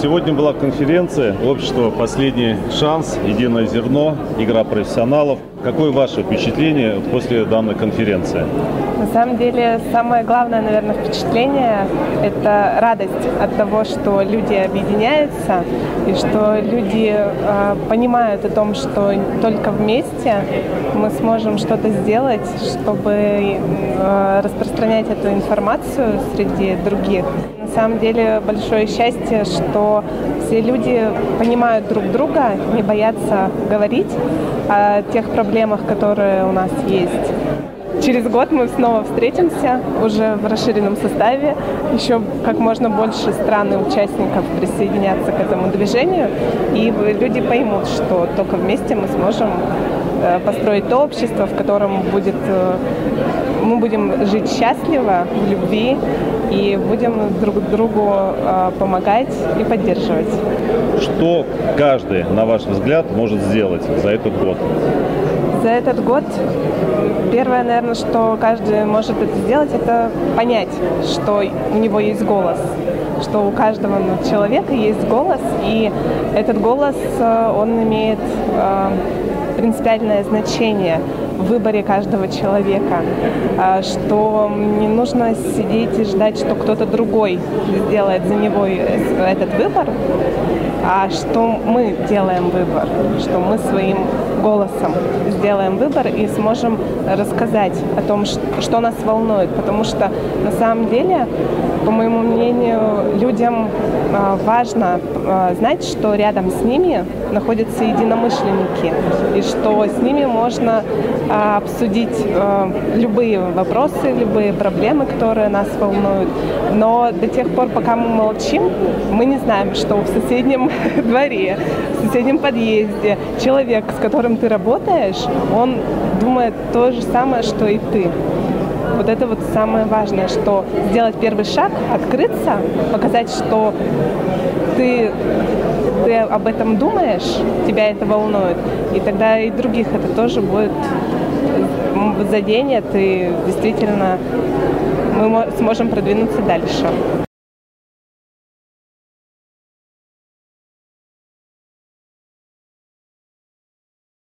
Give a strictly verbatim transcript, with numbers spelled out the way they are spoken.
Сегодня была конференция общества «Последний шанс. Единое зерно. Игра профессионалов». Какое ваше впечатление после данной конференции? На самом деле, самое главное, наверное, впечатление – это радость от того, что люди объединяются и что люди э, понимают о том, что только вместе мы сможем что-то сделать, чтобы э, распространять эту информацию среди других. На самом деле, большое счастье, что все люди понимают друг друга, не боятся говорить о тех проблемах, которые у нас есть. Через год мы снова встретимся, уже в расширенном составе. Еще как можно больше стран и участников присоединятся к этому движению. И люди поймут, что только вместе мы сможем построить то общество, в котором будет, мы будем жить счастливо, в любви и будем друг другу помогать и поддерживать. Что каждый, на ваш взгляд, может сделать за этот год? За этот год первое, наверное, что каждый может это сделать, это понять, что у него есть голос, что у каждого человека есть голос, и этот голос, он имеет принципиальное значение в выборе каждого человека, что не нужно сидеть и ждать, что кто-то другой сделает за него этот выбор, а что мы делаем выбор, что мы своим голосом сделаем выбор и сможем рассказать о том, что нас волнует. Потому что на самом деле, по моему мнению, людям важно знать, что рядом с ними находятся единомышленники, и что с ними можно обсудить любые вопросы, любые проблемы, которые нас волнуют. Но до тех пор, пока мы молчим, мы не знаем, что в соседнем дворе, в соседнем подъезде человек, с которым ты работаешь, он думает то же самое, что и ты. Вот это вот самое важное, что сделать первый шаг, открыться, показать, что ты, ты об этом думаешь, тебя это волнует, и тогда и других это тоже будет заденет, и действительно мы сможем продвинуться дальше.